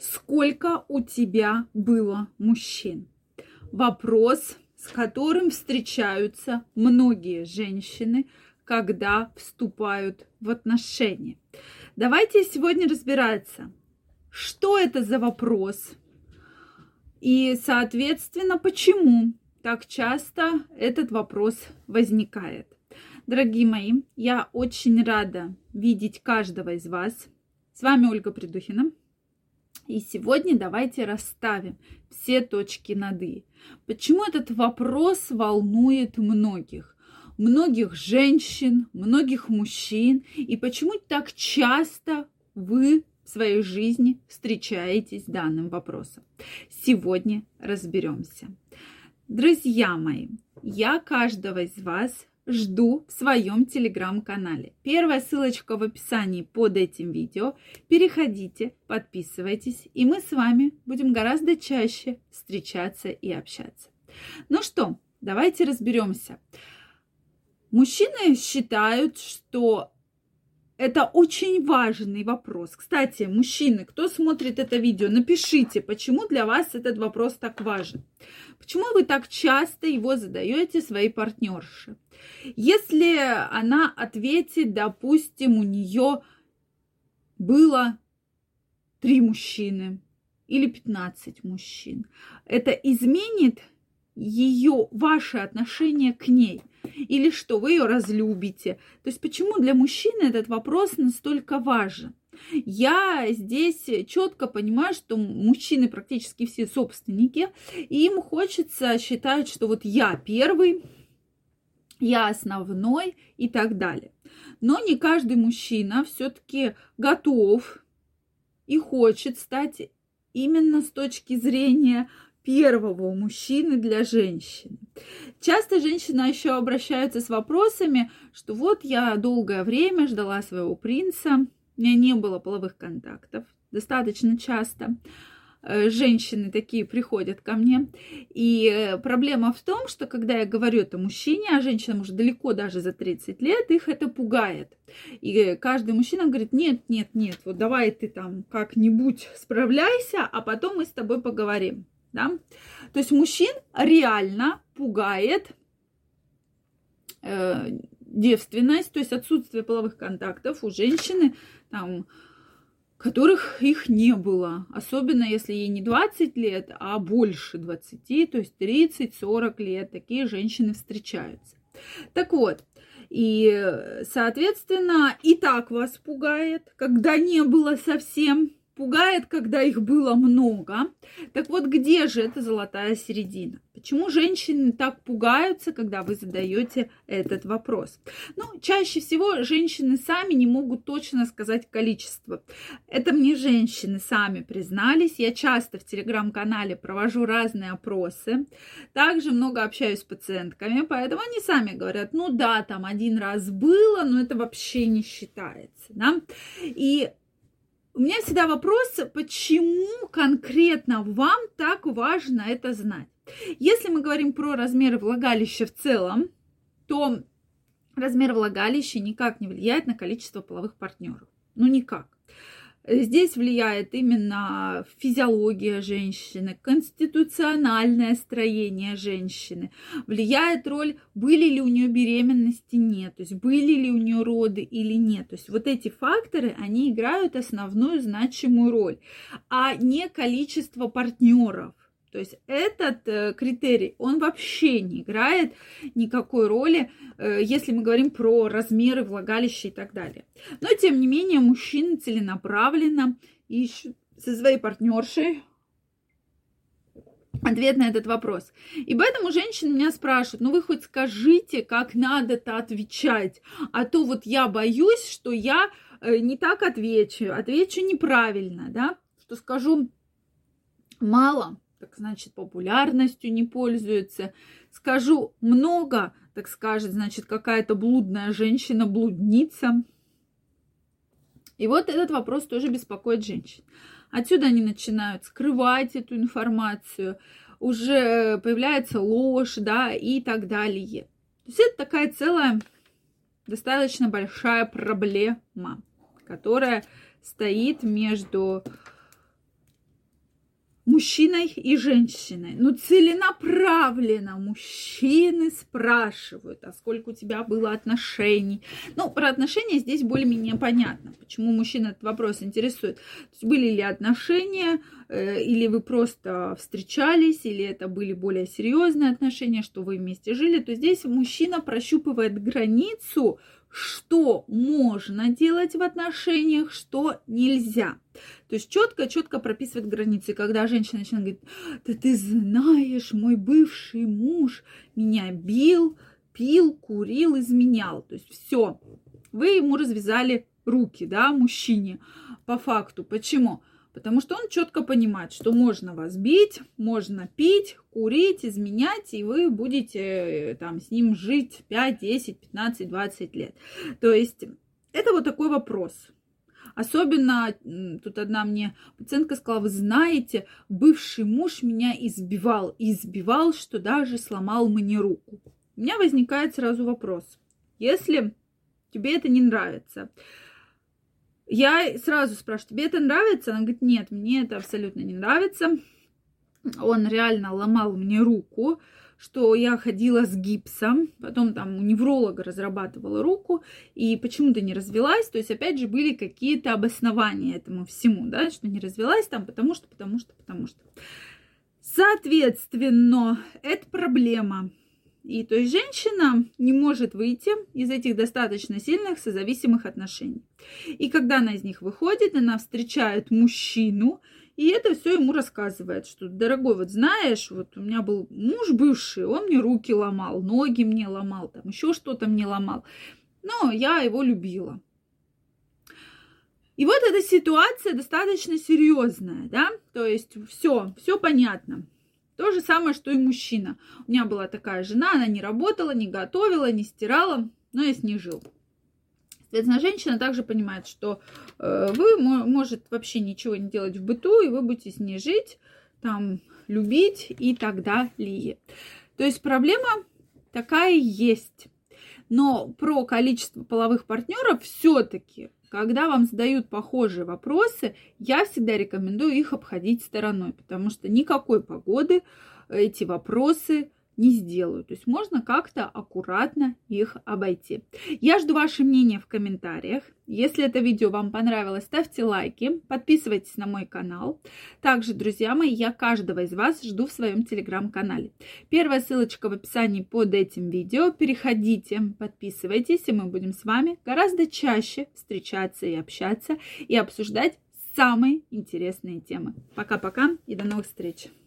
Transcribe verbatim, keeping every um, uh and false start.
Сколько у тебя было мужчин? Вопрос, с которым встречаются многие женщины, когда вступают в отношения. Давайте сегодня разбираться, что это за вопрос и, соответственно, почему так часто этот вопрос возникает. Дорогие мои, я очень рада видеть каждого из вас. С вами Ольга Придухина. И сегодня давайте расставим все точки над «и». Почему этот вопрос волнует многих? Многих женщин, многих мужчин. И почему так часто вы в своей жизни встречаетесь с данным вопросом? Сегодня разберемся. Друзья мои, я каждого из вас жду в своем телеграм-канале. Первая ссылочка в описании под этим видео. Переходите, подписывайтесь, и мы с вами будем гораздо чаще встречаться и общаться. Ну что, давайте разберемся. Мужчины считают, что это очень важный вопрос. Кстати, мужчины, кто смотрит это видео, напишите, почему для вас этот вопрос так важен. Почему вы так часто его задаете своей партнерше? Если она ответит, допустим, у нее было три мужчины или пятнадцать мужчин, это изменит ее, ваше отношение к ней? Или что, вы ее разлюбите? То есть почему для мужчины этот вопрос настолько важен? Я здесь четко понимаю, что мужчины практически все собственники, и им хочется считать, что вот я первый, я основной и так далее. Но не каждый мужчина все-таки готов и хочет стать именно с точки зрения первого мужчины для женщины. Часто женщины еще обращаются с вопросами, что вот я долгое время ждала своего принца, у меня не было половых контактов, достаточно часто. Женщины такие приходят ко мне. И проблема в том, что когда я говорю это мужчине, а женщинам уже далеко даже за тридцать лет, их это пугает. И каждый мужчина говорит: нет, нет, нет, вот давай ты там как-нибудь справляйся, а потом мы с тобой поговорим. Да? То есть мужчин реально пугает э, девственность, то есть отсутствие половых контактов у женщины, там, которых их не было. Особенно если ей не двадцать лет, а больше двадцати, то есть тридцать-сорок лет. Такие женщины встречаются. Так вот, и, соответственно, и так вас пугает, когда не было совсем. Пугает, когда их было много. Так вот, где же эта золотая середина? Почему женщины так пугаются, когда вы задаете этот вопрос? Ну, чаще всего женщины сами не могут точно сказать количество. Это мне женщины сами признались. Я часто в телеграм-канале провожу разные опросы. Также много общаюсь с пациентками, поэтому они сами говорят: ну да, там один раз было, но это вообще не считается. Да? И у меня всегда вопрос, почему конкретно вам так важно это знать? Если мы говорим про размеры влагалища в целом, то размер влагалища никак не влияет на количество половых партнеров. Ну, никак. Здесь влияет именно физиология женщины, конституциональное строение женщины. Влияет роль, были ли у нее беременности, нет. То есть были ли у нее роды или нет. То есть вот эти факторы, они играют основную значимую роль, а не количество партнеров. То есть этот э, критерий, он вообще не играет никакой роли, э, если мы говорим про размеры влагалища и так далее. Но, тем не менее, мужчины целенаправленно ищут со своей партнершей ответ на этот вопрос. И поэтому женщины меня спрашивают: ну вы хоть скажите, как надо-то отвечать, а то вот я боюсь, что я э, не так отвечу, отвечу неправильно, да, что скажу мало, так значит, популярностью не пользуется. Скажу много, так скажет, значит, какая-то блудная женщина, блудница. И вот этот вопрос тоже беспокоит женщин. Отсюда они начинают скрывать эту информацию, уже появляется ложь, да, и так далее. То есть это такая целая достаточно большая проблема, которая стоит между мужчиной и женщиной. Ну, целенаправленно мужчины спрашивают, а сколько у тебя было отношений. Ну, про отношения здесь более-менее понятно, почему мужчин этот вопрос интересует. То есть, были ли отношения, э, или вы просто встречались, или это были более серьезные отношения, что вы вместе жили. То здесь мужчина прощупывает границу, что можно делать в отношениях, что нельзя. То есть четко-четко прописывает границы. Когда женщина начинает говорить: да ты знаешь, мой бывший муж меня бил, пил, курил, изменял. То есть все, вы ему развязали руки, да, мужчине, по факту. Почему? Потому что он четко понимает, что можно вас бить, можно пить, курить, изменять, и вы будете там с ним жить пять, десять, пятнадцать, двадцать лет. То есть это вот такой вопрос. Особенно, тут одна мне пациентка сказала: вы знаете, бывший муж меня избивал, избивал, что даже сломал мне руку. У меня возникает сразу вопрос: если тебе это не нравится, я сразу спрашиваю: тебе это нравится? Она говорит: нет, мне это абсолютно не нравится. Он реально ломал мне руку, что я ходила с гипсом, потом там у невролога разрабатывала руку и почему-то не развелась. То есть, опять же, были какие-то обоснования этому всему, да, что не развелась там, потому что, потому что, потому что. Соответственно, это проблема. И то есть женщина не может выйти из этих достаточно сильных созависимых отношений. И когда она из них выходит, она встречает мужчину, и это все ему рассказывает, что: дорогой, вот знаешь, вот у меня был муж бывший, он мне руки ломал, ноги мне ломал, там еще что-то мне ломал, но я его любила. И вот эта ситуация достаточно серьезная, да, то есть все, все понятно. То же самое, что и мужчина. У меня была такая жена, она не работала, не готовила, не стирала, но я с ней жил. Соответственно, женщина также понимает, что э, вы можете вообще ничего не делать в быту, и вы будете с ней жить, там, любить и так далее. То есть проблема такая есть. Но про количество половых партнеров все-таки, когда вам задают похожие вопросы, я всегда рекомендую их обходить стороной, потому что никакой погоды эти вопросы не сделают. То есть можно как-то аккуратно их обойти. Я жду ваше мнение в комментариях. Если это видео вам понравилось, ставьте лайки, подписывайтесь на мой канал. Также, друзья мои, я каждого из вас жду в своем телеграм-канале. Первая ссылочка в описании под этим видео. Переходите, подписывайтесь, и мы будем с вами гораздо чаще встречаться и общаться, и обсуждать самые интересные темы. Пока-пока и до новых встреч!